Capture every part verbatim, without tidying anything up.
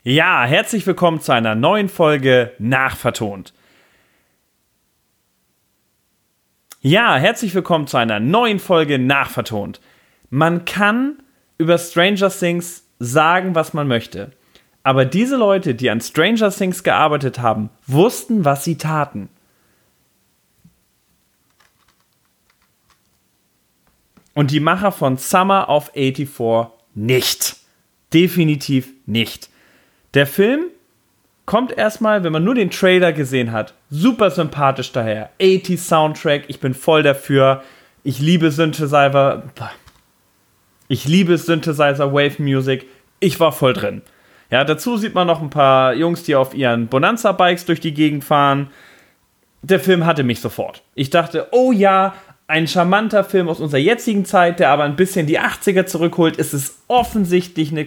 Ja, herzlich willkommen zu einer neuen Folge Nachvertont. Ja, herzlich willkommen zu einer neuen Folge Nachvertont. Man kann über Stranger Things sagen, was man möchte. Aber diese Leute, die an Stranger Things gearbeitet haben, wussten, was sie taten. Und die Macher von Summer of vierundachtzig nicht. Definitiv nicht. Der Film kommt erstmal, wenn man nur den Trailer gesehen hat, super sympathisch daher. achtziger Soundtrack, ich bin voll dafür. Ich liebe Synthesizer. Ich liebe Synthesizer Wave Music. Ich war voll drin. Ja, dazu sieht man noch ein paar Jungs, die auf ihren Bonanza-Bikes durch die Gegend fahren. Der Film hatte mich sofort. Ich dachte, oh ja, ein charmanter Film aus unserer jetzigen Zeit, der aber ein bisschen die achtziger zurückholt. Es ist offensichtlich eine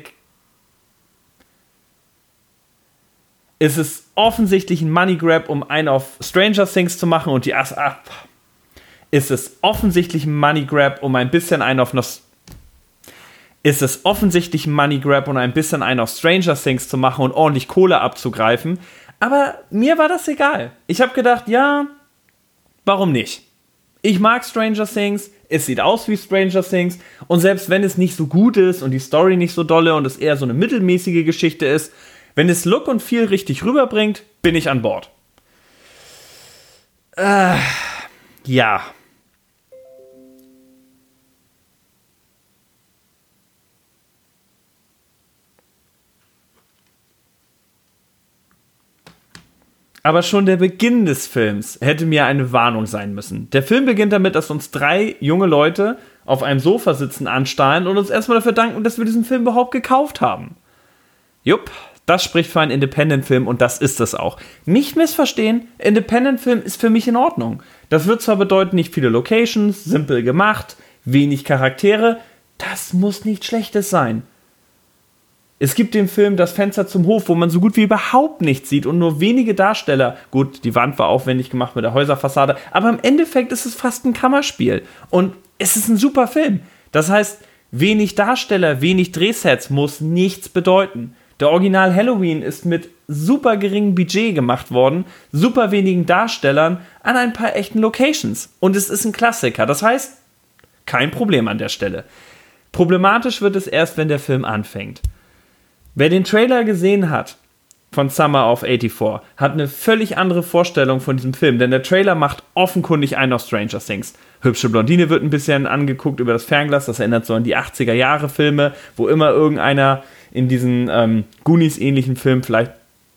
Es ist offensichtlich ein Money Grab, um einen auf Stranger Things zu machen und die Ass ab. Ist es offensichtlich ein Money Grab, um ein bisschen einen auf Nos- Ist es offensichtlich ein Money Grab, um ein bisschen einen auf Stranger Things zu machen und ordentlich Kohle abzugreifen. Aber mir war das egal. Ich habe gedacht, ja, warum nicht? Ich mag Stranger Things, es sieht aus wie Stranger Things und selbst wenn es nicht so gut ist und die Story nicht so dolle und es eher so eine mittelmäßige Geschichte ist, wenn es Look und Feel richtig rüberbringt, bin ich an Bord. Äh, ja. Aber schon der Beginn des Films hätte mir eine Warnung sein müssen. Der Film beginnt damit, dass uns drei junge Leute auf einem Sofa sitzen, anstarren und uns erstmal dafür danken, dass wir diesen Film überhaupt gekauft haben. Jupp. Das spricht für einen Independent-Film und das ist es auch. Nicht missverstehen, Independent-Film ist für mich in Ordnung. Das wird zwar bedeuten, nicht viele Locations, simpel gemacht, wenig Charaktere. Das muss nichts Schlechtes sein. Es gibt den Film Das Fenster zum Hof, wo man so gut wie überhaupt nichts sieht und nur wenige Darsteller. Gut, die Wand war aufwendig gemacht mit der Häuserfassade, aber im Endeffekt ist es fast ein Kammerspiel. Und es ist ein super Film. Das heißt, wenig Darsteller, wenig Drehsets muss nichts bedeuten. Der Original Halloween ist mit super geringem Budget gemacht worden, super wenigen Darstellern an ein paar echten Locations. Und es ist ein Klassiker. Das heißt, kein Problem an der Stelle. Problematisch wird es erst, wenn der Film anfängt. Wer den Trailer gesehen hat von Summer of vierundachtzig, hat eine völlig andere Vorstellung von diesem Film. Denn der Trailer macht offenkundig einen auf Stranger Things. Hübsche Blondine wird ein bisschen angeguckt über das Fernglas. Das erinnert so an die achtziger-Jahre-Filme, wo immer irgendeiner in diesen ähm, Goonies-ähnlichen Filmen vielleicht,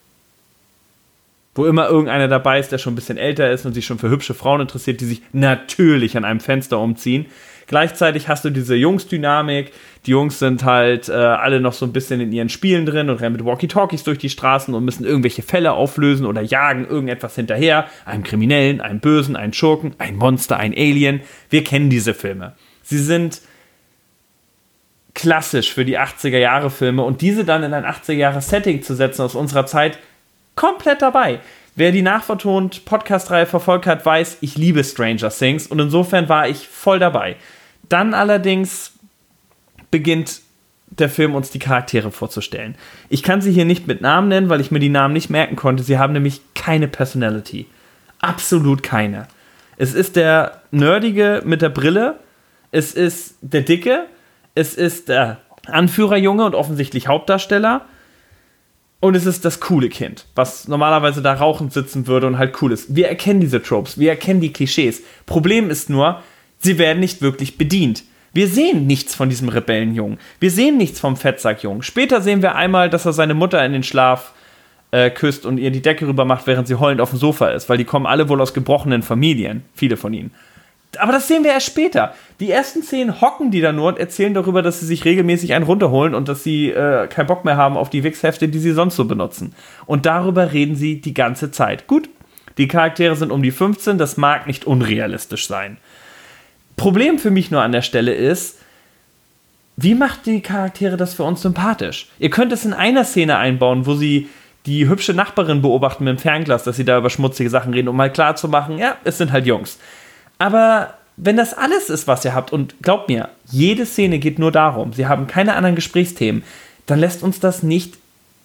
wo immer irgendeiner dabei ist, der schon ein bisschen älter ist und sich schon für hübsche Frauen interessiert, die sich natürlich an einem Fenster umziehen. Gleichzeitig hast du diese Jungs-Dynamik. Die Jungs sind halt äh, alle noch so ein bisschen in ihren Spielen drin und rennen mit Walkie-Talkies durch die Straßen und müssen irgendwelche Fälle auflösen oder jagen irgendetwas hinterher. Einem Kriminellen, einem Bösen, einen Schurken, ein Monster, ein Alien. Wir kennen diese Filme. Sie sind klassisch für die achtziger-Jahre-Filme und diese dann in ein achtziger-Jahre-Setting zu setzen aus unserer Zeit, komplett dabei. Wer die nachvertont Podcast-Reihe verfolgt hat, weiß, ich liebe Stranger Things und insofern war ich voll dabei. Dann allerdings beginnt der Film uns die Charaktere vorzustellen. Ich kann sie hier nicht mit Namen nennen, weil ich mir die Namen nicht merken konnte. Sie haben nämlich keine Personality. Absolut keine. Es ist der Nerdige mit der Brille, es ist der Dicke, es ist der Anführerjunge und offensichtlich Hauptdarsteller und es ist das coole Kind, was normalerweise da rauchend sitzen würde und halt cool ist. Wir erkennen diese Tropes, wir erkennen die Klischees. Problem ist nur, sie werden nicht wirklich bedient. Wir sehen nichts von diesem Rebellenjungen. Wir sehen nichts vom Fettsackjungen. Später sehen wir einmal, dass er seine Mutter in den Schlaf äh, küsst und ihr die Decke rüber macht, während sie heulend auf dem Sofa ist, weil die kommen alle wohl aus gebrochenen Familien, viele von ihnen. Aber das sehen wir erst später. Die ersten Szenen hocken die da nur und erzählen darüber, dass sie sich regelmäßig einen runterholen und dass sie äh, keinen Bock mehr haben auf die Wichshefte, die sie sonst so benutzen. Und darüber reden sie die ganze Zeit. Gut, die Charaktere sind um die fünfzehn, das mag nicht unrealistisch sein. Problem für mich nur an der Stelle ist, wie macht die Charaktere das für uns sympathisch? Ihr könnt es in einer Szene einbauen, wo sie die hübsche Nachbarin beobachten mit dem Fernglas, dass sie da über schmutzige Sachen reden, um mal klar zu machen, ja, es sind halt Jungs. Aber wenn das alles ist, was ihr habt, und glaubt mir, jede Szene geht nur darum, sie haben keine anderen Gesprächsthemen, dann lässt uns das nicht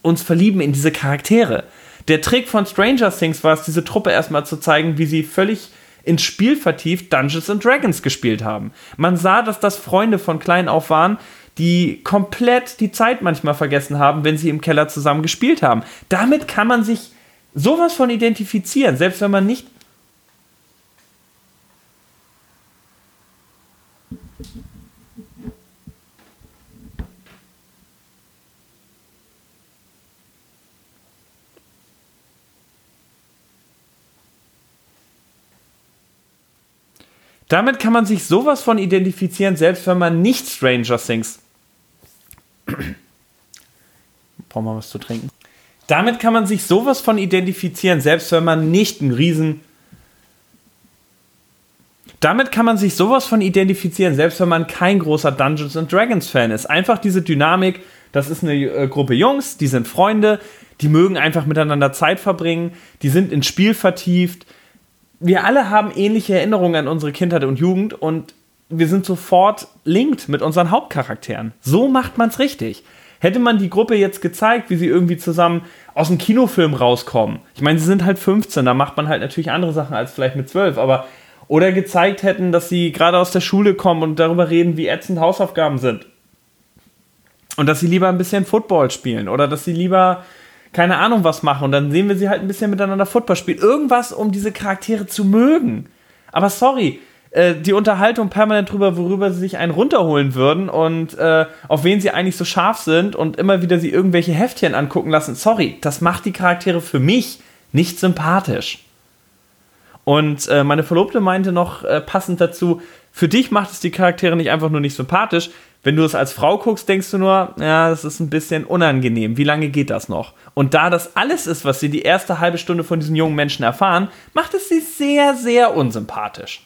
uns verlieben in diese Charaktere. Der Trick von Stranger Things war es, diese Truppe erstmal zu zeigen, wie sie völlig ins Spiel vertieft Dungeons and Dragons gespielt haben. Man sah, dass das Freunde von klein auf waren, die komplett die Zeit manchmal vergessen haben, wenn sie im Keller zusammen gespielt haben. Damit kann man sich sowas von identifizieren, selbst wenn man nicht Damit kann man sich sowas von identifizieren, selbst wenn man nicht Stranger Things. Brauchen wir was zu trinken? Damit kann man sich sowas von identifizieren, selbst wenn man nicht ein Riesen. Damit kann man sich sowas von identifizieren, selbst wenn man kein großer Dungeons and Dragons Fan ist. Einfach diese Dynamik, das ist eine äh, Gruppe Jungs, die sind Freunde, die mögen einfach miteinander Zeit verbringen, die sind ins Spiel vertieft. Wir alle haben ähnliche Erinnerungen an unsere Kindheit und Jugend und wir sind sofort linked mit unseren Hauptcharakteren. So macht man's richtig. Hätte man die Gruppe jetzt gezeigt, wie sie irgendwie zusammen aus dem Kinofilm rauskommen. Ich meine, sie sind halt fünfzehn, da macht man halt natürlich andere Sachen als vielleicht mit zwölf, aber oder gezeigt hätten, dass sie gerade aus der Schule kommen und darüber reden, wie ätzend Hausaufgaben sind. Und dass sie lieber ein bisschen Football spielen oder dass sie lieber keine Ahnung was machen und dann sehen wir sie halt ein bisschen miteinander Football spielen. Irgendwas, um diese Charaktere zu mögen. Aber sorry, äh, die Unterhaltung permanent drüber, worüber sie sich einen runterholen würden und äh, auf wen sie eigentlich so scharf sind und immer wieder sie irgendwelche Heftchen angucken lassen. Sorry, das macht die Charaktere für mich nicht sympathisch. Und äh, meine Verlobte meinte noch äh, passend dazu, für dich macht es die Charaktere nicht einfach nur nicht sympathisch. Wenn du es als Frau guckst, denkst du nur, ja, das ist ein bisschen unangenehm. Wie lange geht das noch? Und da das alles ist, was sie die erste halbe Stunde von diesen jungen Menschen erfahren, macht es sie sehr, sehr unsympathisch.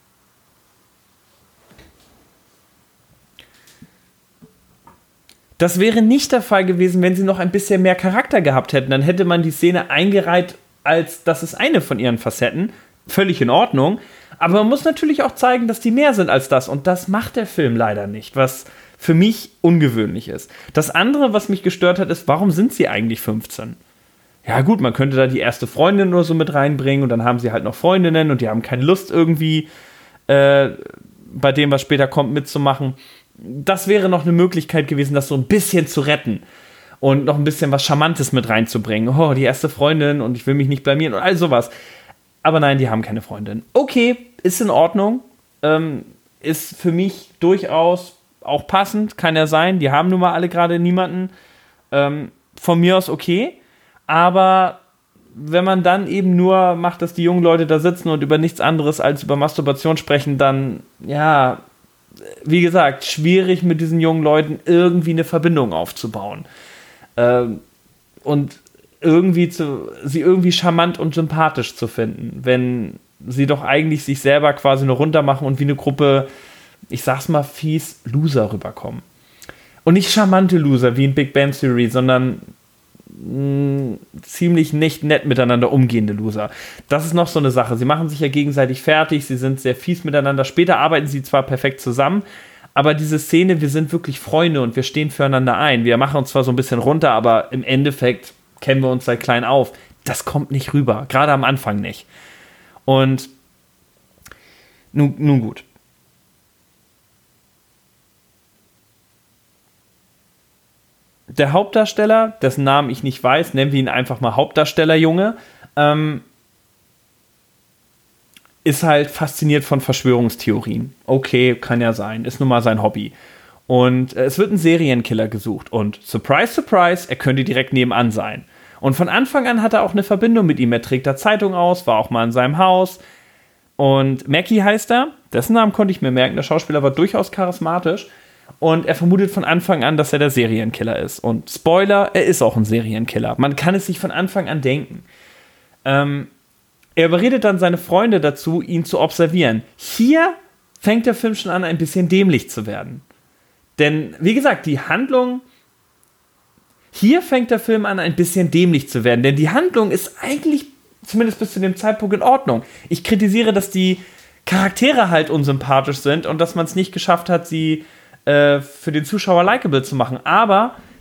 Das wäre nicht der Fall gewesen, wenn sie noch ein bisschen mehr Charakter gehabt hätten. Dann hätte man die Szene eingereiht, als das ist eine von ihren Facetten. Völlig in Ordnung. Aber man muss natürlich auch zeigen, dass die mehr sind als das. Und das macht der Film leider nicht, was für mich ungewöhnlich ist. Das andere, was mich gestört hat, ist, warum sind sie eigentlich fünfzehn? Ja gut, man könnte da die erste Freundin oder so mit reinbringen und dann haben sie halt noch Freundinnen und die haben keine Lust irgendwie äh, bei dem, was später kommt, mitzumachen. Das wäre noch eine Möglichkeit gewesen, das so ein bisschen zu retten und noch ein bisschen was Charmantes mit reinzubringen. Oh, die erste Freundin und ich will mich nicht blamieren und all sowas. Aber nein, die haben keine Freundin. Okay, ist in Ordnung. Ähm, ist für mich durchaus auch passend. Kann ja sein. Die haben nun mal alle gerade niemanden. Ähm, von mir aus okay. Aber wenn man dann eben nur macht, dass die jungen Leute da sitzen und über nichts anderes als über Masturbation sprechen, dann, ja, wie gesagt, schwierig mit diesen jungen Leuten irgendwie eine Verbindung aufzubauen. Ähm, und irgendwie zu, sie irgendwie charmant und sympathisch zu finden, wenn sie doch eigentlich sich selber quasi nur runter machen und wie eine Gruppe, ich sag's mal fies, Loser rüberkommen. Und nicht charmante Loser wie in Big Bang Theory, sondern mh, ziemlich nicht nett miteinander umgehende Loser. Das ist noch so eine Sache. Sie machen sich ja gegenseitig fertig, sie sind sehr fies miteinander. Später arbeiten sie zwar perfekt zusammen, aber diese Szene, wir sind wirklich Freunde und wir stehen füreinander ein. Wir machen uns zwar so ein bisschen runter, aber im Endeffekt kennen wir uns seit klein auf. Das kommt nicht rüber, gerade am Anfang nicht. Und nun, nun gut. Der Hauptdarsteller, dessen Namen ich nicht weiß, nennen wir ihn einfach mal Hauptdarsteller-Junge, ähm, ist halt fasziniert von Verschwörungstheorien. Okay, kann ja sein, ist nun mal sein Hobby. Und äh, es wird ein Serienkiller gesucht. Und surprise, surprise, er könnte direkt nebenan sein. Und von Anfang an hat er auch eine Verbindung mit ihm. Er trägt da Zeitung aus, war auch mal in seinem Haus. Und Mackie heißt er. Dessen Namen konnte ich mir merken. Der Schauspieler war durchaus charismatisch. Und er vermutet von Anfang an, dass er der Serienkiller ist. Und Spoiler, er ist auch ein Serienkiller. Man kann es sich von Anfang an denken. Ähm, er überredet dann seine Freunde dazu, ihn zu observieren. Hier fängt der Film schon an, ein bisschen dämlich zu werden. Denn, wie gesagt, die Handlung, hier fängt der Film an, ein bisschen dämlich zu werden. Denn die Handlung ist eigentlich, zumindest bis zu dem Zeitpunkt, in Ordnung. Ich kritisiere, dass die Charaktere halt unsympathisch sind und dass man es nicht geschafft hat, sie äh, für den Zuschauer likable zu machen. Aber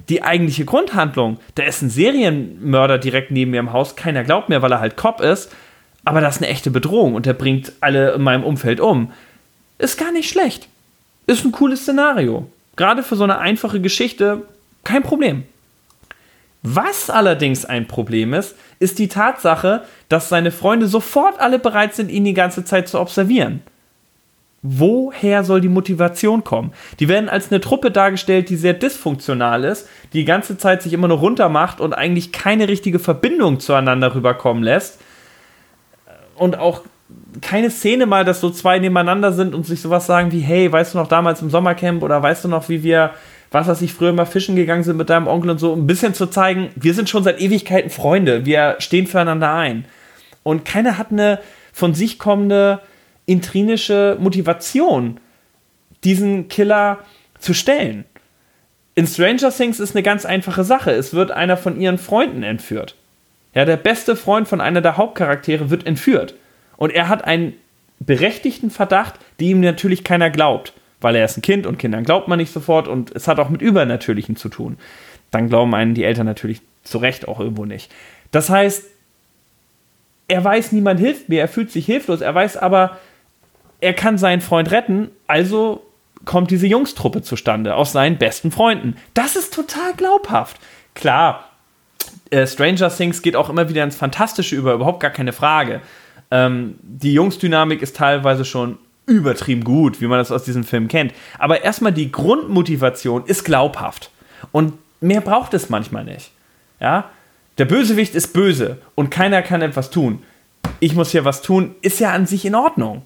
die eigentliche Grundhandlung, da ist ein Serienmörder direkt neben mir im Haus, keiner glaubt mir, weil er halt Cop ist, aber das ist eine echte Bedrohung und der bringt alle in meinem Umfeld um. Ist gar nicht schlecht. Ist ein cooles Szenario. Gerade für so eine einfache Geschichte kein Problem. Was allerdings ein Problem ist, ist die Tatsache, dass seine Freunde sofort alle bereit sind, ihn die ganze Zeit zu observieren. Woher soll die Motivation kommen? Die werden als eine Truppe dargestellt, die sehr dysfunktional ist, die die ganze Zeit sich immer nur runter macht und eigentlich keine richtige Verbindung zueinander rüberkommen lässt. Und auch keine Szene mal, dass so zwei nebeneinander sind und sich sowas sagen wie, hey, weißt du noch damals im Sommercamp oder weißt du noch, wie wir, was weiß ich, früher mal fischen gegangen sind mit deinem Onkel und so, ein bisschen zu zeigen, wir sind schon seit Ewigkeiten Freunde, wir stehen füreinander ein. Und keiner hat eine von sich kommende intrinsische Motivation, diesen Killer zu stellen. In Stranger Things ist eine ganz einfache Sache. Es wird einer von ihren Freunden entführt. Ja, der beste Freund von einer der Hauptcharaktere wird entführt. Und er hat einen berechtigten Verdacht, die ihm natürlich keiner glaubt. Weil er ist ein Kind und Kindern glaubt man nicht sofort und es hat auch mit Übernatürlichen zu tun. Dann glauben einen die Eltern natürlich zu Recht auch irgendwo nicht. Das heißt, er weiß, niemand hilft mir, er fühlt sich hilflos, er weiß aber, er kann seinen Freund retten, also kommt diese Jungstruppe zustande aus seinen besten Freunden. Das ist total glaubhaft. Klar, äh, Stranger Things geht auch immer wieder ins Fantastische über, überhaupt gar keine Frage. Ähm, die Jungsdynamik ist teilweise schon übertrieben gut, wie man das aus diesem Film kennt. Aber erstmal die Grundmotivation ist glaubhaft. Und mehr braucht es manchmal nicht. Ja? Der Bösewicht ist böse und keiner kann etwas tun. Ich muss hier was tun, ist ja an sich in Ordnung.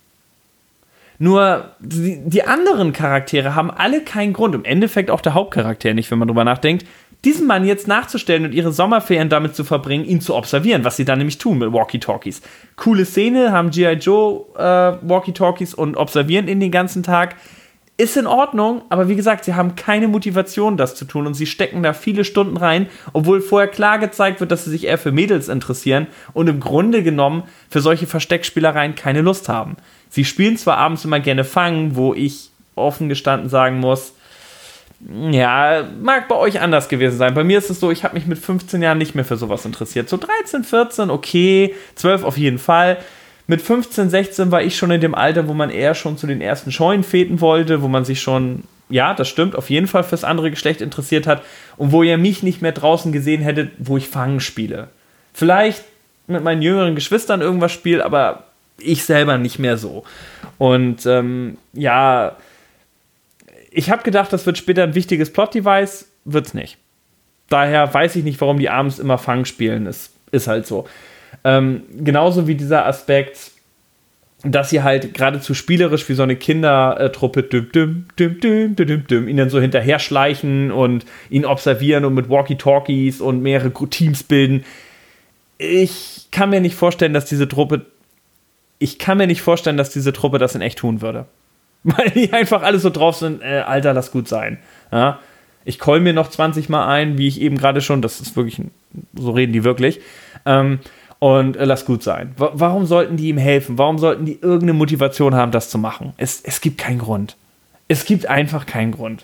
Nur die, die anderen Charaktere haben alle keinen Grund, im Endeffekt auch der Hauptcharakter nicht, wenn man drüber nachdenkt, diesen Mann jetzt nachzustellen und ihre Sommerferien damit zu verbringen, ihn zu observieren, was sie dann nämlich tun mit Walkie-Talkies. Coole Szene, haben G I. Joe äh, Walkie-Talkies und observieren ihn den ganzen Tag. Ist in Ordnung, aber wie gesagt, sie haben keine Motivation, das zu tun und sie stecken da viele Stunden rein, obwohl vorher klar gezeigt wird, dass sie sich eher für Mädels interessieren und im Grunde genommen für solche Versteckspielereien keine Lust haben. Sie spielen zwar abends immer gerne Fangen, wo ich offen gestanden sagen muss, ja, mag bei euch anders gewesen sein. Bei mir ist es so, ich habe mich mit fünfzehn Jahren nicht mehr für sowas interessiert. So dreizehn, vierzehn, okay, zwölf auf jeden Fall. Mit fünfzehn, sechzehn war ich schon in dem Alter, wo man eher schon zu den ersten Scheunenfäten wollte, wo man sich schon, ja, das stimmt, auf jeden Fall fürs andere Geschlecht interessiert hat und wo ihr mich nicht mehr draußen gesehen hättet, wo ich Fangen spiele. Vielleicht mit meinen jüngeren Geschwistern irgendwas spiele, aber ich selber nicht mehr so. Und ähm, ja, ich habe gedacht, das wird später ein wichtiges Plot-Device, wird's nicht. Daher weiß ich nicht, warum die abends immer Fang spielen. Es ist halt so. Ähm, genauso wie dieser Aspekt, dass sie halt geradezu spielerisch wie so eine Kindertruppe düm, düm, düm, düm, düm, düm, ihn dann so hinterher schleichen und ihn observieren und mit Walkie-Talkies und mehrere Teams bilden. Ich kann mir nicht vorstellen, dass diese Truppe ich kann mir nicht vorstellen, dass diese Truppe das in echt tun würde. Weil die einfach alle so drauf sind, äh, Alter, lass gut sein. Ja? Ich call mir noch zwanzig Mal ein, wie ich eben gerade schon, das ist wirklich, so reden die wirklich, ähm, und äh, lass gut sein. W- warum sollten die ihm helfen? Warum sollten die irgendeine Motivation haben, das zu machen? Es, es gibt keinen Grund. Es gibt einfach keinen Grund.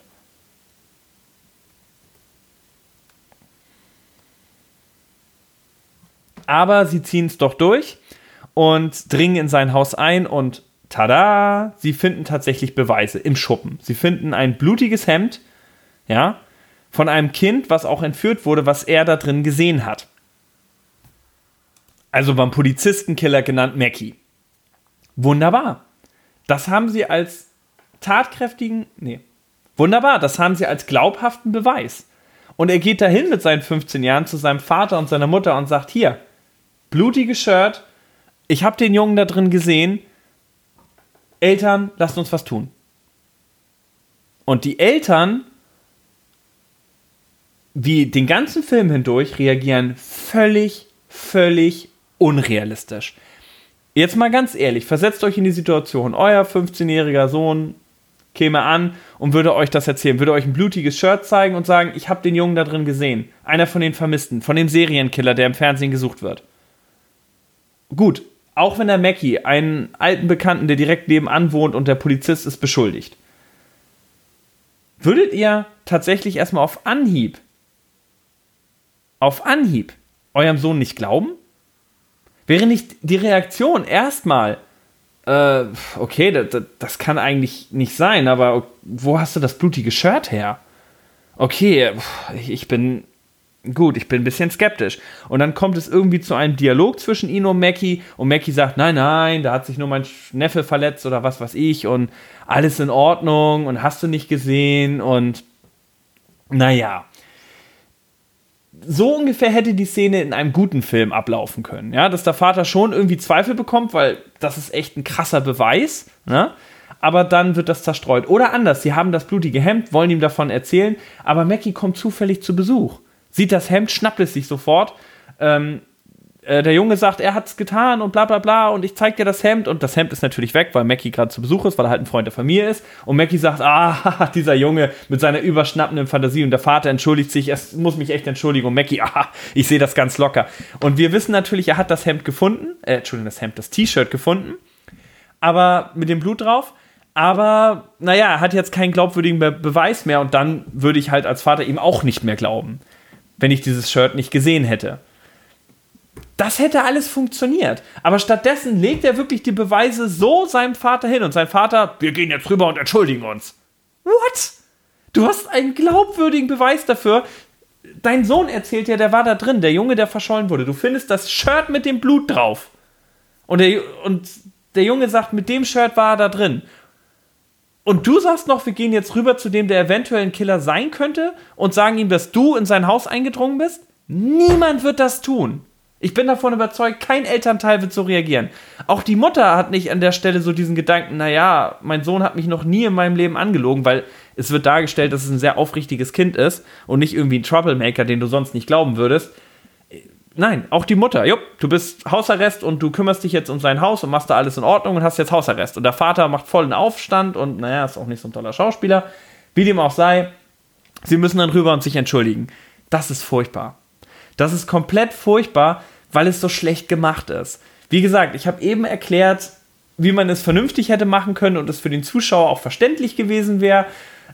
Aber sie ziehen es doch durch und dringen in sein Haus ein und tada, sie finden tatsächlich Beweise im Schuppen. Sie finden ein blutiges Hemd, ja, von einem Kind, was auch entführt wurde, was er da drin gesehen hat. Also beim Polizistenkiller genannt Mackie. Wunderbar. Das haben sie als tatkräftigen, nee, wunderbar, das haben sie als glaubhaften Beweis. Und er geht dahin mit seinen fünfzehn Jahren zu seinem Vater und seiner Mutter und sagt, hier, blutiges Shirt, ich habe den Jungen da drin gesehen, Eltern, lasst uns was tun. Und die Eltern, wie den ganzen Film hindurch, reagieren völlig, völlig unrealistisch. Jetzt mal ganz ehrlich, versetzt euch in die Situation, euer fünfzehnjähriger Sohn käme an und würde euch das erzählen, würde euch ein blutiges Shirt zeigen und sagen, ich habe den Jungen da drin gesehen. Einer von den Vermissten, von dem Serienkiller, der im Fernsehen gesucht wird. Gut, auch wenn der Mackie einen alten Bekannten, der direkt nebenan wohnt und der Polizist ist beschuldigt. würdet ihr tatsächlich erstmal auf Anhieb, auf Anhieb, eurem Sohn nicht glauben? Wäre nicht die Reaktion erstmal, äh, okay, das, das kann eigentlich nicht sein, aber wo hast du das blutige Shirt her? Okay, ich bin, gut, ich bin ein bisschen skeptisch. Und dann kommt es irgendwie zu einem Dialog zwischen ihn und Mackie und Mackie sagt, nein, nein, da hat sich nur mein Neffe verletzt oder was weiß ich und alles in Ordnung und hast du nicht gesehen und naja. So ungefähr hätte die Szene in einem guten Film ablaufen können, ja, dass der Vater schon irgendwie Zweifel bekommt, weil das ist echt ein krasser Beweis, ne? Aber dann wird das zerstreut. Oder anders, sie haben das blutige Hemd, wollen ihm davon erzählen, aber Mackie kommt zufällig zu Besuch, sieht das Hemd, schnappt es sich sofort, ähm, äh, der Junge sagt, er hat's getan und bla bla bla und ich zeig dir das Hemd und das Hemd ist natürlich weg, weil Mackie gerade zu Besuch ist, weil er halt ein Freund der Familie ist und Mackie sagt, ah, dieser Junge mit seiner überschnappenden Fantasie und der Vater entschuldigt sich, es muss mich echt entschuldigen und Mackie, ah, ich sehe das ganz locker. Und wir wissen natürlich, er hat das Hemd gefunden, äh, Entschuldigung, das Hemd, das T-Shirt gefunden, aber mit dem Blut drauf, aber naja, er hat jetzt keinen glaubwürdigen Be- Beweis mehr und dann würde ich halt als Vater ihm auch nicht mehr glauben, wenn ich dieses Shirt nicht gesehen hätte. Das hätte alles funktioniert. Aber stattdessen legt er wirklich die Beweise so seinem Vater hin. Und sein Vater, wir gehen jetzt rüber und entschuldigen uns. What? Du hast einen glaubwürdigen Beweis dafür. Dein Sohn erzählt ja, der war da drin, der Junge, der verschollen wurde. Du findest das Shirt mit dem Blut drauf. Und der, und der Junge sagt, mit dem Shirt war er da drin. Und du sagst noch, wir gehen jetzt rüber zu dem, der eventuell ein Killer sein könnte und sagen ihm, dass du in sein Haus eingedrungen bist? Niemand wird das tun. Ich bin davon überzeugt, kein Elternteil wird so reagieren. Auch die Mutter hat nicht an der Stelle so diesen Gedanken, naja, mein Sohn hat mich noch nie in meinem Leben angelogen, weil es wird dargestellt, dass es ein sehr aufrichtiges Kind ist und nicht irgendwie ein Troublemaker, den du sonst nicht glauben würdest. Nein, auch die Mutter, jupp, du bist Hausarrest und du kümmerst dich jetzt um sein Haus und machst da alles in Ordnung und hast jetzt Hausarrest. Und der Vater macht vollen Aufstand und naja, ist auch nicht so ein toller Schauspieler. Wie dem auch sei, sie müssen dann rüber und sich entschuldigen. Das ist furchtbar. Das ist komplett furchtbar, weil es so schlecht gemacht ist. Wie gesagt, ich habe eben erklärt, wie man es vernünftig hätte machen können und es für den Zuschauer auch verständlich gewesen wäre.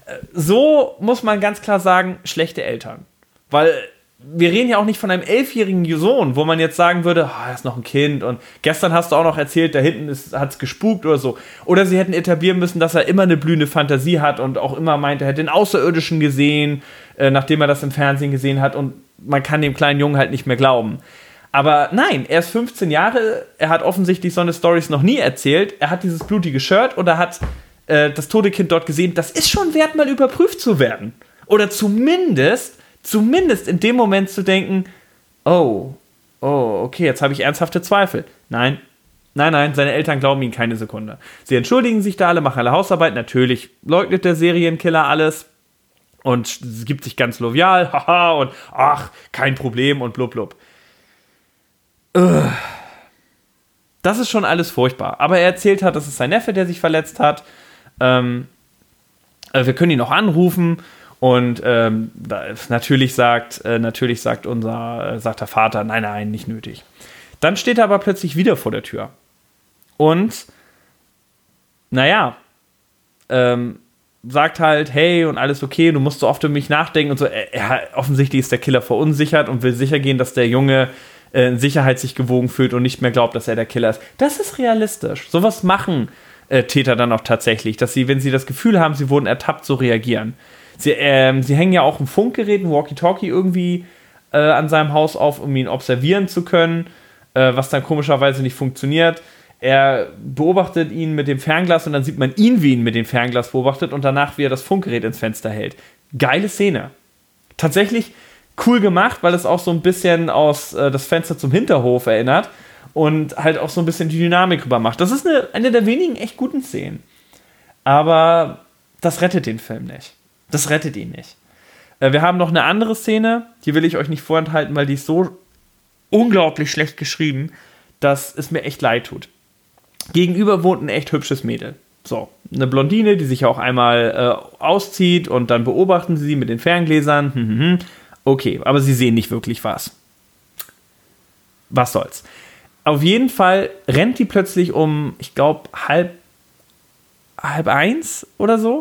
So muss man ganz klar sagen, schlechte Eltern. Weil wir reden ja auch nicht von einem elfjährigen Sohn, wo man jetzt sagen würde, oh, er ist noch ein Kind und gestern hast du auch noch erzählt, da hinten hat es gespukt oder so. Oder sie hätten etablieren müssen, dass er immer eine blühende Fantasie hat und auch immer meint, er hätte den Außerirdischen gesehen, äh, nachdem er das im Fernsehen gesehen hat und man kann dem kleinen Jungen halt nicht mehr glauben. Aber nein, er ist fünfzehn Jahre, er hat offensichtlich so eine Storys noch nie erzählt, er hat dieses blutige Shirt und er hat äh, das tote Kind dort gesehen. Das ist schon wert, mal überprüft zu werden. Oder zumindest, zumindest in dem Moment zu denken, oh, oh, okay, jetzt habe ich ernsthafte Zweifel. Nein, nein, nein, seine Eltern glauben ihm keine Sekunde. Sie entschuldigen sich da alle, machen alle Hausarbeit, natürlich leugnet der Serienkiller alles und gibt sich ganz lovial, haha, und ach, kein Problem und blub blub. Das ist schon alles furchtbar. Aber er erzählt hat, das ist sein Neffe, der sich verletzt hat. Ähm, wir können ihn noch anrufen und ähm, natürlich sagt, äh, natürlich sagt unser, äh, sagt der Vater, nein, nein, nicht nötig. Dann steht er aber plötzlich wieder vor der Tür. Und naja, ähm, sagt halt, hey, und alles okay, du musst so oft über mich nachdenken und so. Er, er, offensichtlich ist der Killer verunsichert und will sicher gehen, dass der Junge in Sicherheit sich gewogen fühlt und nicht mehr glaubt, dass er der Killer ist. Das ist realistisch. Sowas machen äh, Täter dann auch tatsächlich, dass sie, wenn sie das Gefühl haben, sie wurden ertappt, so reagieren. Sie, ähm, sie hängen ja auch ein Funkgerät, ein Walkie-Talkie irgendwie äh, an seinem Haus auf, um ihn observieren zu können, äh, was dann komischerweise nicht funktioniert. Er beobachtet ihn mit dem Fernglas und dann sieht man ihn, wie ihn mit dem Fernglas beobachtet und danach, wie er das Funkgerät ins Fenster hält. Geile Szene. Tatsächlich cool gemacht, weil es auch so ein bisschen aus äh, das Fenster zum Hinterhof erinnert und halt auch so ein bisschen die Dynamik rüber macht. Das ist eine, eine der wenigen echt guten Szenen. Aber das rettet den Film nicht. Das rettet ihn nicht. Äh, wir haben noch eine andere Szene, die will ich euch nicht vorenthalten, weil die ist so unglaublich schlecht geschrieben, dass es mir echt leid tut. Gegenüber wohnt ein echt hübsches Mädel. So, eine Blondine, die sich auch einmal äh, auszieht und dann beobachten sie mit den Ferngläsern. Hm, hm, hm. Okay, aber sie sehen nicht wirklich was. Was soll's. Auf jeden Fall rennt die plötzlich um, ich glaube, halb, halb eins oder so,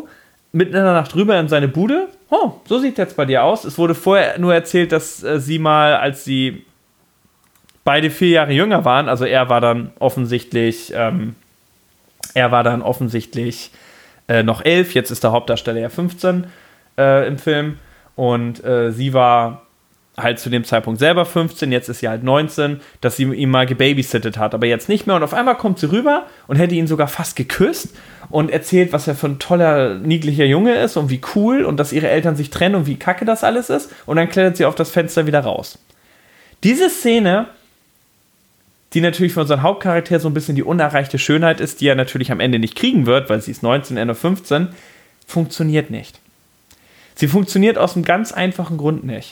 mitten in der Nacht rüber in seine Bude. Oh, so sieht jetzt bei dir aus. Es wurde vorher nur erzählt, dass äh, sie mal, als sie beide vier Jahre jünger waren, also er war dann offensichtlich, ähm, er war dann offensichtlich äh, noch elf, jetzt ist der Hauptdarsteller ja fünfzehn äh, im Film und äh, sie war halt zu dem Zeitpunkt selber fünfzehn, jetzt ist sie halt neunzehn, dass sie ihn mal gebabysittet hat, aber jetzt nicht mehr und auf einmal kommt sie rüber und hätte ihn sogar fast geküsst und erzählt, was er für ein toller, niedlicher Junge ist und wie cool und dass ihre Eltern sich trennen und wie kacke das alles ist und dann klettert sie auf das Fenster wieder raus. Diese Szene, die natürlich für unseren Hauptcharakter so ein bisschen die unerreichte Schönheit ist, die er natürlich am Ende nicht kriegen wird, weil sie ist neunzehn, er nur fünfzehn, funktioniert nicht. Sie funktioniert aus einem ganz einfachen Grund nicht.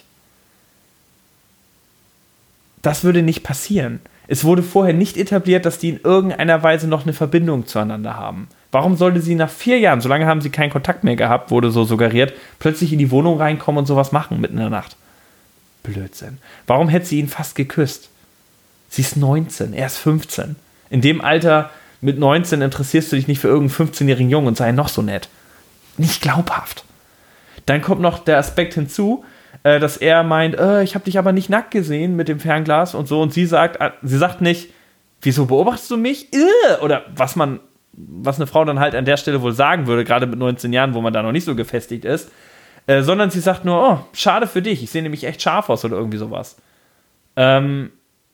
Das würde nicht passieren. Es wurde vorher nicht etabliert, dass die in irgendeiner Weise noch eine Verbindung zueinander haben. Warum sollte sie nach vier Jahren, so lange haben sie keinen Kontakt mehr gehabt, wurde so suggeriert, plötzlich in die Wohnung reinkommen und sowas machen mitten in der Nacht? Blödsinn. Warum hätte sie ihn fast geküsst? Sie ist neunzehn, er ist fünfzehn. In dem Alter mit neunzehn interessierst du dich nicht für irgendeinen fünfzehnjährigen Jungen und sei noch so nett. Nicht glaubhaft. Dann kommt noch der Aspekt hinzu, äh, dass er meint, äh, ich habe dich aber nicht nackt gesehen mit dem Fernglas und so. Und sie sagt, äh, sie sagt nicht, wieso beobachtest du mich? Äh, oder was man, was eine Frau dann halt an der Stelle wohl sagen würde, gerade mit neunzehn Jahren, wo man da noch nicht so gefestigt ist. Äh, sondern sie sagt nur, oh, schade für dich, ich sehe nämlich echt scharf aus oder irgendwie sowas. Ähm,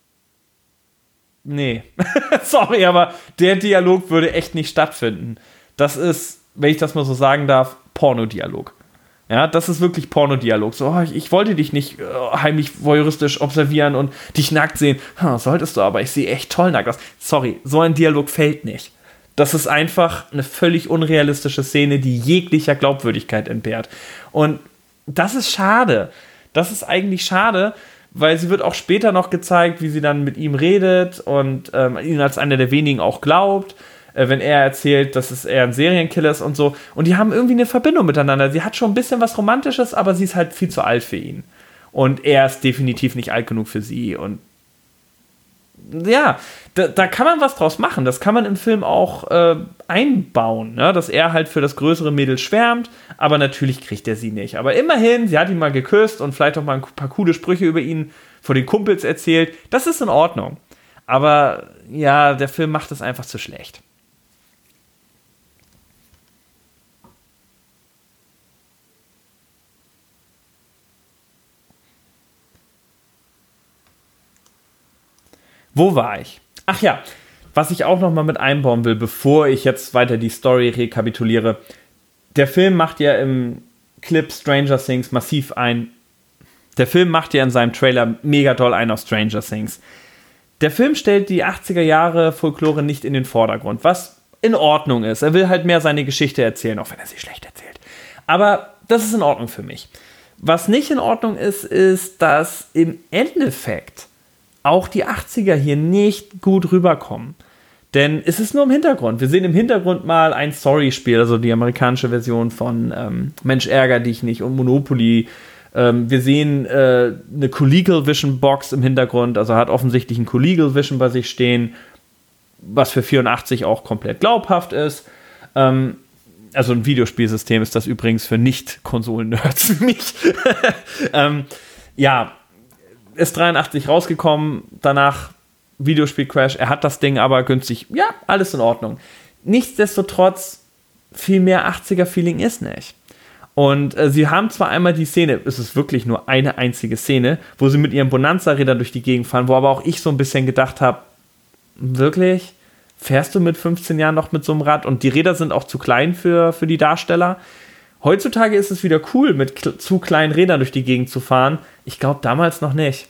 Nee, sorry, aber der Dialog würde echt nicht stattfinden. Das ist, wenn ich das mal so sagen darf, Pornodialog. Ja, das ist wirklich Pornodialog. So, oh, ich, ich wollte dich nicht äh, heimlich voyeuristisch observieren und dich nackt sehen. Hm, solltest du aber, ich sehe echt toll nackt aus. Sorry, so ein Dialog fällt nicht. Das ist einfach eine völlig unrealistische Szene, die jeglicher Glaubwürdigkeit entbehrt. Und das ist schade. Das ist eigentlich schade, weil sie wird auch später noch gezeigt, wie sie dann mit ihm redet und ähm, ihn als einer der wenigen auch glaubt, äh, wenn er erzählt, dass es eher ein Serienkiller ist und so. Und die haben irgendwie eine Verbindung miteinander. Sie hat schon ein bisschen was Romantisches, aber sie ist halt viel zu alt für ihn. Und er ist definitiv nicht alt genug für sie. Und ja, da, da kann man was draus machen. Das kann man im Film auch äh, einbauen, ne? Dass er halt für das größere Mädel schwärmt, aber natürlich kriegt er sie nicht. Aber immerhin, sie hat ihn mal geküsst und vielleicht auch mal ein paar coole Sprüche über ihn vor den Kumpels erzählt. Das ist in Ordnung. Aber ja, der Film macht es einfach zu schlecht. Wo war ich? Ach ja, was ich auch noch mal mit einbauen will, bevor ich jetzt weiter die Story rekapituliere. Der Film macht ja im Clip Stranger Things massiv ein. Der Film macht ja in seinem Trailer mega doll ein auf Stranger Things. Der Film stellt die achtziger Jahre Folklore nicht in den Vordergrund, was in Ordnung ist. Er will halt mehr seine Geschichte erzählen, auch wenn er sie schlecht erzählt. Aber das ist in Ordnung für mich. Was nicht in Ordnung ist, ist, dass im Endeffekt auch die achtziger hier nicht gut rüberkommen. Denn es ist nur im Hintergrund. Wir sehen im Hintergrund mal ein Story-Spiel, also die amerikanische Version von ähm, Mensch, ärger dich nicht und Monopoly. Ähm, wir sehen äh, eine Collegial Vision Box im Hintergrund, also hat offensichtlich ein Collegial Vision bei sich stehen, was für vierundachtzig auch komplett glaubhaft ist. Ähm, also ein Videospielsystem ist das übrigens für Nicht-Konsolen-Nerds wie mich. ähm, ja, ist dreiundachtzig rausgekommen, danach Videospiel-Crash, er hat das Ding aber günstig, ja, alles in Ordnung. Nichtsdestotrotz, viel mehr achtziger-Feeling ist nicht. Und äh, sie haben zwar einmal die Szene, es ist wirklich nur eine einzige Szene, wo sie mit ihren Bonanza-Rädern durch die Gegend fahren, wo aber auch ich so ein bisschen gedacht habe, wirklich? Fährst du mit fünfzehn Jahren noch mit so einem Rad? Und die Räder sind auch zu klein für, für die Darsteller. Heutzutage ist es wieder cool, mit kl- zu kleinen Rädern durch die Gegend zu fahren. Ich glaube, damals noch nicht.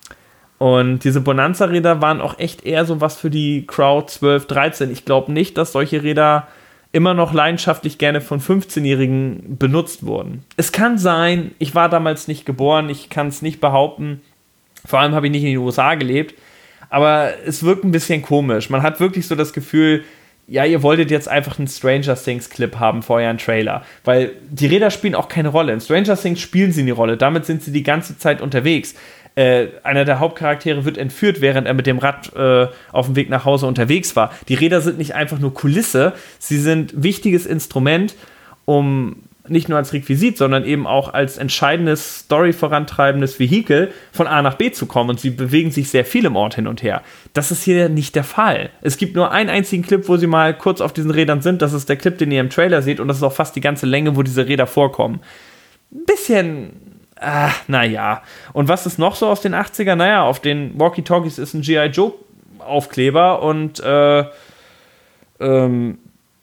Und diese Bonanza-Räder waren auch echt eher so was für die Crowd zwölf, dreizehn. Ich glaube nicht, dass solche Räder immer noch leidenschaftlich gerne von fünfzehnjährigen benutzt wurden. Es kann sein, ich war damals nicht geboren, ich kann es nicht behaupten. Vor allem habe ich nicht in den U S A gelebt. Aber es wirkt ein bisschen komisch. Man hat wirklich so das Gefühl, ja, ihr wolltet jetzt einfach einen Stranger Things Clip haben vor eurem Trailer. Weil die Räder spielen auch keine Rolle. In Stranger Things spielen sie eine Rolle. Damit sind sie die ganze Zeit unterwegs. Äh, einer der Hauptcharaktere wird entführt, während er mit dem Rad äh, auf dem Weg nach Hause unterwegs war. Die Räder sind nicht einfach nur Kulisse. Sie sind wichtiges Instrument. um nicht nur als Requisit, sondern eben auch als entscheidendes, Story vorantreibendes Vehikel von A nach B zu kommen und sie bewegen sich sehr viel im Ort hin und her. Das ist hier nicht der Fall. Es gibt nur einen einzigen Clip, wo sie mal kurz auf diesen Rädern sind. Das ist der Clip, den ihr im Trailer seht und das ist auch fast die ganze Länge, wo diese Räder vorkommen. Ein bisschen, ah, naja. Und was ist noch so aus den achtzigern? Naja, auf den Walkie-Talkies ist ein G I. Joe Aufkleber und äh, ähm,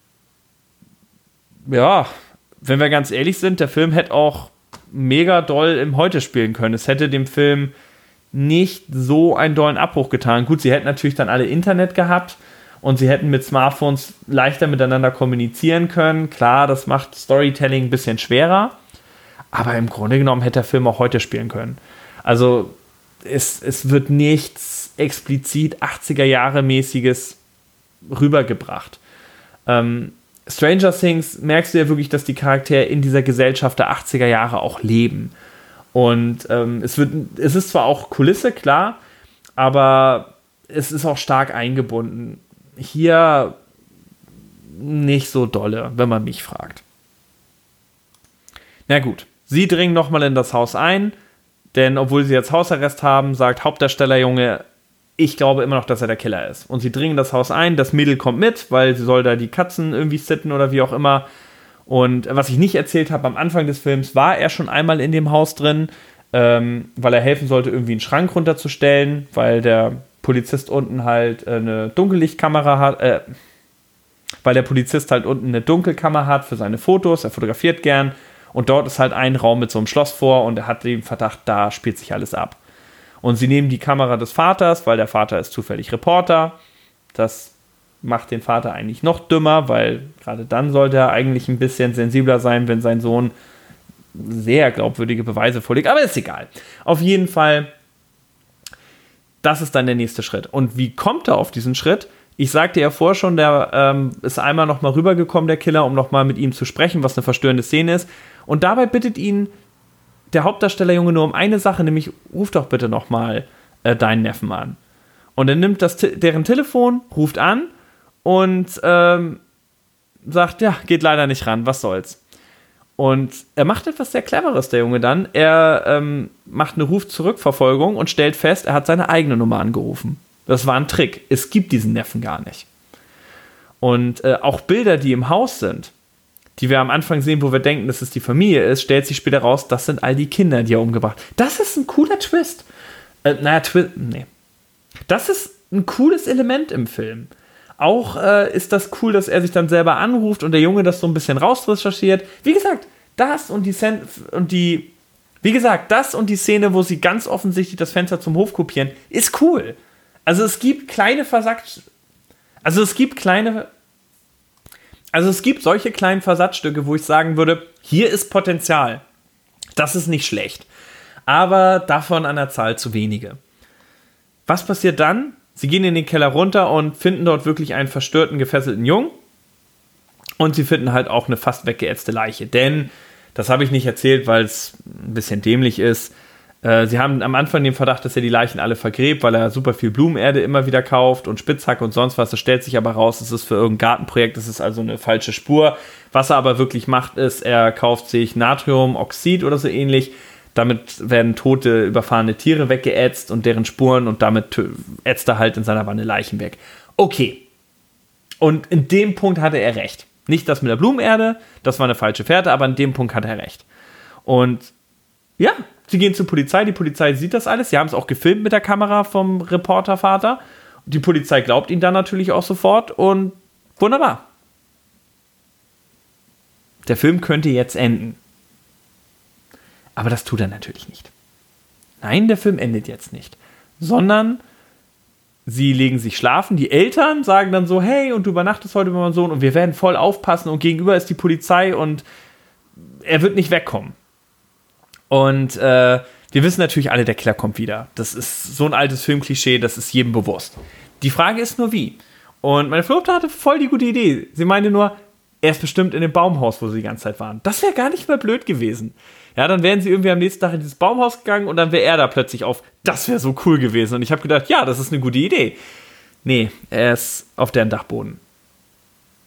ja, wenn wir ganz ehrlich sind, der Film hätte auch mega doll im Heute spielen können. Es hätte dem Film nicht so einen dollen Abbruch getan. Gut, sie hätten natürlich dann alle Internet gehabt und sie hätten mit Smartphones leichter miteinander kommunizieren können. Klar, das macht Storytelling ein bisschen schwerer, aber im Grunde genommen hätte der Film auch heute spielen können. Also es, es wird nichts explizit achtziger-Jahre-mäßiges rübergebracht. Ähm, Stranger Things merkst du ja wirklich, dass die Charaktere in dieser Gesellschaft der achtziger Jahre auch leben. Und ähm, es wird, es ist zwar auch Kulisse, klar, aber es ist auch stark eingebunden. Hier nicht so dolle, wenn man mich fragt. Na gut, sie dringen nochmal in das Haus ein, denn obwohl sie jetzt Hausarrest haben, sagt Hauptdarstellerjunge, ich glaube immer noch, dass er der Killer ist. Und sie dringen in das Haus ein, das Mädel kommt mit, weil sie soll da die Katzen irgendwie sitten oder wie auch immer. Und was ich nicht erzählt habe, am Anfang des Films war er schon einmal in dem Haus drin, ähm, weil er helfen sollte, irgendwie einen Schrank runterzustellen, weil der Polizist unten halt äh, eine Dunkellichtkamera hat, äh, weil der Polizist halt unten eine Dunkelkammer hat für seine Fotos, er fotografiert gern und dort ist halt ein Raum mit so einem Schloss vor und er hat den Verdacht, da spielt sich alles ab. Und sie nehmen die Kamera des Vaters, weil der Vater ist zufällig Reporter. Das macht den Vater eigentlich noch dümmer, weil gerade dann sollte er eigentlich ein bisschen sensibler sein, wenn sein Sohn sehr glaubwürdige Beweise vorlegt. Aber ist egal. Auf jeden Fall, das ist dann der nächste Schritt. Und wie kommt er auf diesen Schritt? Ich sagte ja vorher schon, der ähm, ist einmal noch mal rübergekommen, der Killer, um noch mal mit ihm zu sprechen, was eine verstörende Szene ist. Und dabei bittet ihn der Hauptdarstellerjunge nur um eine Sache, nämlich ruf doch bitte noch mal äh, deinen Neffen an. Und er nimmt das, deren Telefon, ruft an und ähm, sagt, ja, geht leider nicht ran, was soll's. Und er macht etwas sehr Cleveres, der Junge dann. Er ähm, macht eine Ruf-Zurück-Verfolgung und stellt fest, er hat seine eigene Nummer angerufen. Das war ein Trick. Es gibt diesen Neffen gar nicht. Und äh, auch Bilder, die im Haus sind, die wir am Anfang sehen, wo wir denken, dass es die Familie ist, stellt sich später raus, das sind all die Kinder, die er umgebracht hat. Das ist ein cooler Twist. Äh, naja, Twist, nee. Das ist ein cooles Element im Film. Auch äh, ist das cool, dass er sich dann selber anruft und der Junge das so ein bisschen rausrecherchiert. Wie gesagt, das und die, Sen- und die wie gesagt, das und die Szene, wo sie ganz offensichtlich das Fenster zum Hof kopieren, ist cool. Also es gibt kleine Versagt... Also es gibt kleine... Also es gibt solche kleinen Versatzstücke, wo ich sagen würde, hier ist Potenzial. Das ist nicht schlecht. Aber davon an der Zahl zu wenige. Was passiert dann? Sie gehen in den Keller runter und finden dort wirklich einen verstörten, gefesselten Jungen. Und sie finden halt auch eine fast weggeätzte Leiche. Denn, das habe ich nicht erzählt, weil es ein bisschen dämlich ist, äh, sie haben am Anfang den Verdacht, dass er die Leichen alle vergräbt, weil er super viel Blumenerde immer wieder kauft und Spitzhacke und sonst was. Das stellt sich aber raus, es ist für irgendein Gartenprojekt, das ist also eine falsche Spur. Was er aber wirklich macht, ist, er kauft sich Natriumoxid oder so ähnlich. Damit werden tote, überfahrene Tiere weggeätzt und deren Spuren und damit ätzt er halt in seiner Wanne Leichen weg. Okay. Und in dem Punkt hatte er recht. Nicht das mit der Blumenerde, das war eine falsche Fährte, aber in dem Punkt hatte er recht. Und ja, sie gehen zur Polizei, die Polizei sieht das alles, sie haben es auch gefilmt mit der Kamera vom Reportervater. Die Polizei glaubt ihn dann natürlich auch sofort und wunderbar. Der Film könnte jetzt enden. Aber das tut er natürlich nicht. Nein, der Film endet jetzt nicht. Sondern sie legen sich schlafen. Die Eltern sagen dann so, hey, und du übernachtest heute bei meinem Sohn und wir werden voll aufpassen und gegenüber ist die Polizei und er wird nicht wegkommen. Und äh, wir wissen natürlich alle, der Killer kommt wieder. Das ist so ein altes Filmklischee, das ist jedem bewusst. Die Frage ist nur, wie. Und meine Verlobte hatte voll die gute Idee. Sie meinte nur, er ist bestimmt in dem Baumhaus, wo sie die ganze Zeit waren. Das wäre gar nicht mehr blöd gewesen. Ja, dann wären sie irgendwie am nächsten Tag in dieses Baumhaus gegangen und dann wäre er da plötzlich auf. Das wäre so cool gewesen. Und ich habe gedacht, ja, das ist eine gute Idee. Nee, er ist auf deren Dachboden.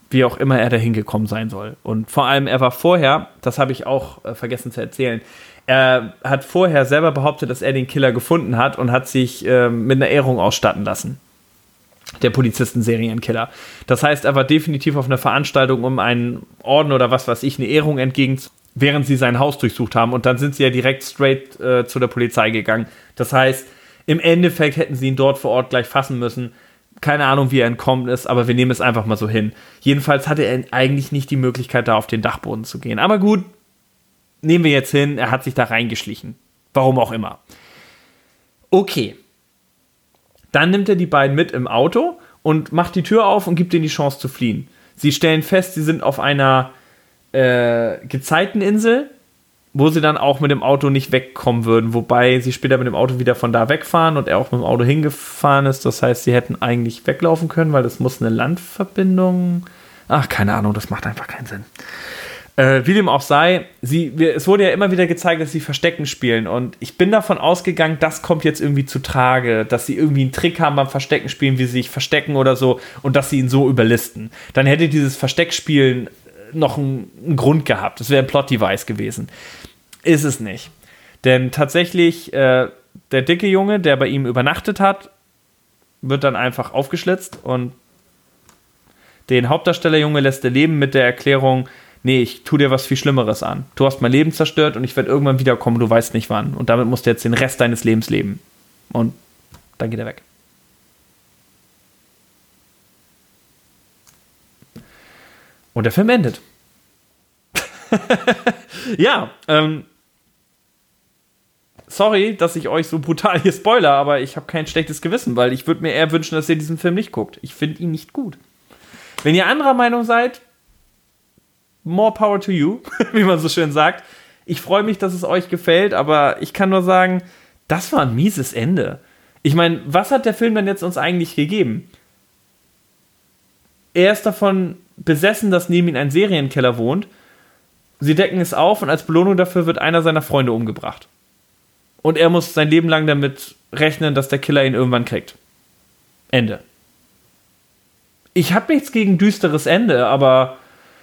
wie auch immer er da hingekommen sein soll. Und vor allem, er war vorher, das habe ich auch äh, vergessen zu erzählen, er hat vorher selber behauptet, dass er den Killer gefunden hat und hat sich äh, mit einer Ehrung ausstatten lassen. Der Polizisten-Serienkiller. Das heißt, er war definitiv auf einer Veranstaltung, um einen Orden oder was weiß ich, eine Ehrung entgegen, während sie sein Haus durchsucht haben. Und dann sind sie ja direkt straight äh, zu der Polizei gegangen. Das heißt, im Endeffekt hätten sie ihn dort vor Ort gleich fassen müssen. Keine Ahnung, wie er entkommen ist, aber wir nehmen es einfach mal so hin. Jedenfalls hatte er eigentlich nicht die Möglichkeit, da auf den Dachboden zu gehen. Aber gut, nehmen wir jetzt hin, er hat sich da reingeschlichen. Warum auch immer. Okay. Dann nimmt er die beiden mit im Auto und macht die Tür auf und gibt ihnen die Chance zu fliehen. Sie stellen fest, sie sind auf einer äh, Gezeiteninsel, wo sie dann auch mit dem Auto nicht wegkommen würden, wobei sie später mit dem Auto wieder von da wegfahren und er auch mit dem Auto hingefahren ist. Das heißt, sie hätten eigentlich weglaufen können, weil das muss eine Landverbindung... Ach, keine Ahnung, das macht einfach keinen Sinn. Äh, wie dem auch sei, sie, wir, es wurde ja immer wieder gezeigt, dass sie Verstecken spielen und ich bin davon ausgegangen, das kommt jetzt irgendwie zu Trage, dass sie irgendwie einen Trick haben beim Verstecken spielen, wie sie sich verstecken oder so und dass sie ihn so überlisten. Dann hätte dieses Versteckspielen noch einen, einen Grund gehabt. Das wäre ein Plot-Device gewesen. Ist es nicht. Denn tatsächlich, äh, der dicke Junge, der bei ihm übernachtet hat, wird dann einfach aufgeschlitzt und den Hauptdarstellerjunge lässt er leben mit der Erklärung, nee, ich tu dir was viel Schlimmeres an. Du hast mein Leben zerstört und ich werde irgendwann wiederkommen, du weißt nicht wann. Und damit musst du jetzt den Rest deines Lebens leben. Und dann geht er weg. Und der Film endet. Ja, ähm, sorry, dass ich euch so brutal hier spoiler, aber ich habe kein schlechtes Gewissen, weil ich würde mir eher wünschen, dass ihr diesen Film nicht guckt. Ich finde ihn nicht gut. Wenn ihr anderer Meinung seid, more power to you, wie man so schön sagt. Ich freue mich, dass es euch gefällt, aber ich kann nur sagen, das war ein mieses Ende. Ich meine, was hat der Film denn jetzt uns eigentlich gegeben? Er ist davon besessen, dass neben ihm ein Serienkiller wohnt. Sie decken es auf und als Belohnung dafür wird einer seiner Freunde umgebracht. Und er muss sein Leben lang damit rechnen, dass der Killer ihn irgendwann kriegt. Ende. Ich habe nichts gegen düsteres Ende, aber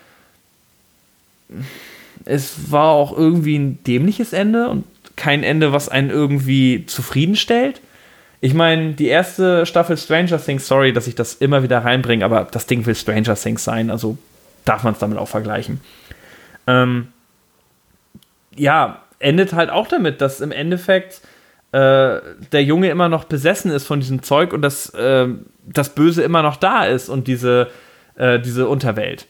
es war auch irgendwie ein dämliches Ende und kein Ende, was einen irgendwie zufriedenstellt. Ich meine, die erste Staffel Stranger Things, sorry, dass ich das immer wieder reinbringe, aber das Ding will Stranger Things sein, also darf man es damit auch vergleichen. Ähm, ja, endet halt auch damit, dass im Endeffekt äh, der Junge immer noch besessen ist von diesem Zeug und dass äh, das Böse immer noch da ist und diese, äh, diese Unterwelt.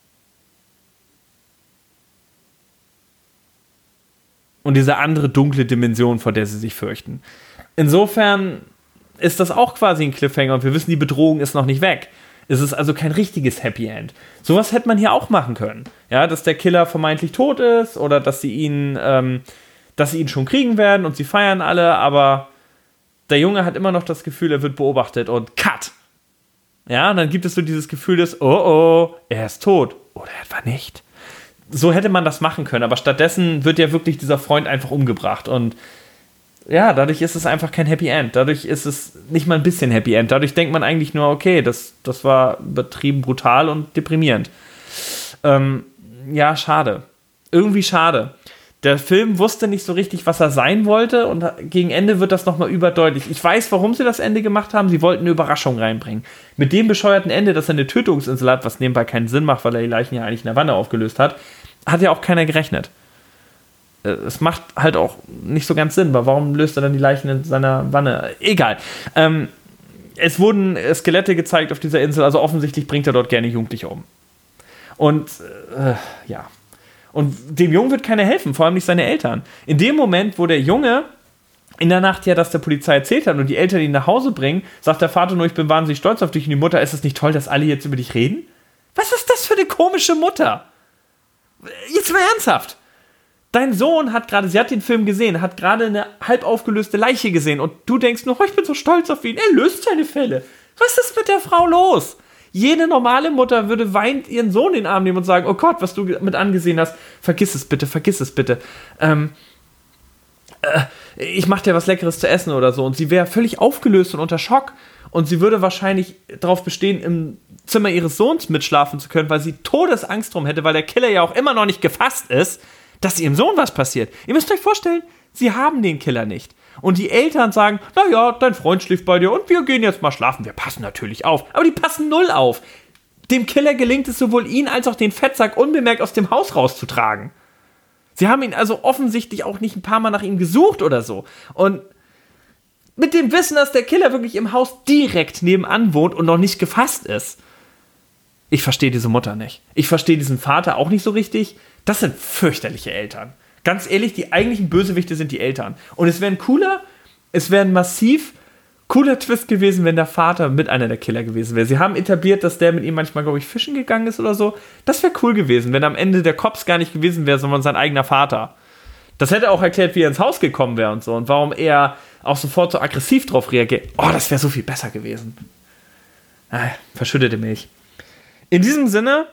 Und diese andere dunkle Dimension, vor der sie sich fürchten. Insofern ist das auch quasi ein Cliffhanger und wir wissen, die Bedrohung ist noch nicht weg. Es ist also kein richtiges Happy End. Sowas hätte man hier auch machen können. Ja, dass der Killer vermeintlich tot ist oder dass sie ihn, ähm, dass sie ihn schon kriegen werden und sie feiern alle, aber der Junge hat immer noch das Gefühl, er wird beobachtet und Cut! Ja, und dann gibt es so dieses Gefühl des, oh oh, er ist tot. Oder etwa nicht. So hätte man das machen können, aber stattdessen wird ja wirklich dieser Freund einfach umgebracht und ja, dadurch ist es einfach kein Happy End. Dadurch ist es nicht mal ein bisschen Happy End. Dadurch denkt man eigentlich nur, okay, das, das war übertrieben brutal und deprimierend. Ähm, ja, schade. Irgendwie schade. Der Film wusste nicht so richtig, was er sein wollte und gegen Ende wird das nochmal überdeutlich. Ich weiß, warum sie das Ende gemacht haben. Sie wollten eine Überraschung reinbringen. Mit dem bescheuerten Ende, dass er eine Tötungsinsel hat, was nebenbei keinen Sinn macht, weil er die Leichen ja eigentlich in der Wanne aufgelöst hat, hat ja auch keiner gerechnet. Es macht halt auch nicht so ganz Sinn, weil warum löst er dann die Leichen in seiner Wanne? Egal. Ähm, es wurden Skelette gezeigt auf dieser Insel, also offensichtlich bringt er dort gerne Jugendliche um. Und äh, ja. Und dem Jungen wird keiner helfen, vor allem nicht seine Eltern. In dem Moment, wo der Junge in der Nacht ja das der Polizei erzählt hat und die Eltern ihn nach Hause bringen, sagt der Vater nur, ich bin wahnsinnig stolz auf dich und die Mutter, ist es nicht toll, dass alle jetzt über dich reden? Was ist das für eine komische Mutter? Jetzt mal ernsthaft. Dein Sohn hat gerade, sie hat den Film gesehen, hat gerade eine halb aufgelöste Leiche gesehen und du denkst nur, oh, ich bin so stolz auf ihn, er löst seine Fälle. Was ist mit der Frau los? Jede normale Mutter würde weinend ihren Sohn in den Arm nehmen und sagen, oh Gott, was du mit angesehen hast, vergiss es bitte, vergiss es bitte. Ähm, äh, ich mach dir was Leckeres zu essen oder so. Und sie wäre völlig aufgelöst und unter Schock. und sie würde wahrscheinlich darauf bestehen, im Zimmer ihres Sohns mitschlafen zu können, weil sie Todesangst drum hätte, weil der Killer ja auch immer noch nicht gefasst ist, dass ihrem Sohn was passiert. Ihr müsst euch vorstellen, sie haben den Killer nicht. Und die Eltern sagen, naja, dein Freund schläft bei dir und wir gehen jetzt mal schlafen. Wir passen natürlich auf. Aber die passen null auf. Dem Killer gelingt es sowohl ihn als auch den Fettsack unbemerkt aus dem Haus rauszutragen. Sie haben ihn also offensichtlich auch nicht ein paar Mal nach ihm gesucht oder so. Und mit dem Wissen, dass der Killer wirklich im Haus direkt nebenan wohnt und noch nicht gefasst ist. Ich verstehe diese Mutter nicht. Ich verstehe diesen Vater auch nicht so richtig. Das sind fürchterliche Eltern. Ganz ehrlich, die eigentlichen Bösewichte sind die Eltern. Und es wäre ein cooler, es wäre ein massiv cooler Twist gewesen, wenn der Vater mit einer der Killer gewesen wäre. Sie haben etabliert, dass der mit ihm manchmal, glaube ich, fischen gegangen ist oder so. Das wäre cool gewesen, wenn am Ende der Cops gar nicht gewesen wäre, sondern sein eigener Vater. Das hätte auch erklärt, wie er ins Haus gekommen wäre und so. Und warum er auch sofort so aggressiv drauf reagiert. Oh, das wäre so viel besser gewesen. Ah, verschüttete Milch. In diesem Sinne,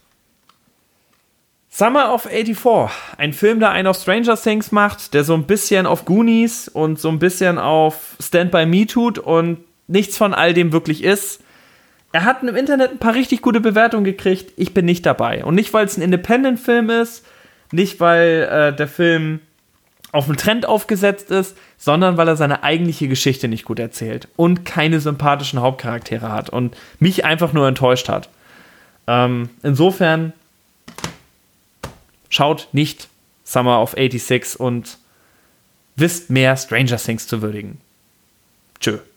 Summer of eighty-four, ein Film, der einen auf Stranger Things macht, der so ein bisschen auf Goonies und so ein bisschen auf Stand By Me tut und nichts von all dem wirklich ist. Er hat im Internet ein paar richtig gute Bewertungen gekriegt, ich bin nicht dabei. Und nicht, weil es ein Independent-Film ist, nicht, weil äh, der Film auf einen Trend aufgesetzt ist, sondern weil er seine eigentliche Geschichte nicht gut erzählt und keine sympathischen Hauptcharaktere hat und mich einfach nur enttäuscht hat. Ähm, insofern schaut nicht Summer of eighty-six und wisst mehr Stranger Things zu würdigen. Tschö.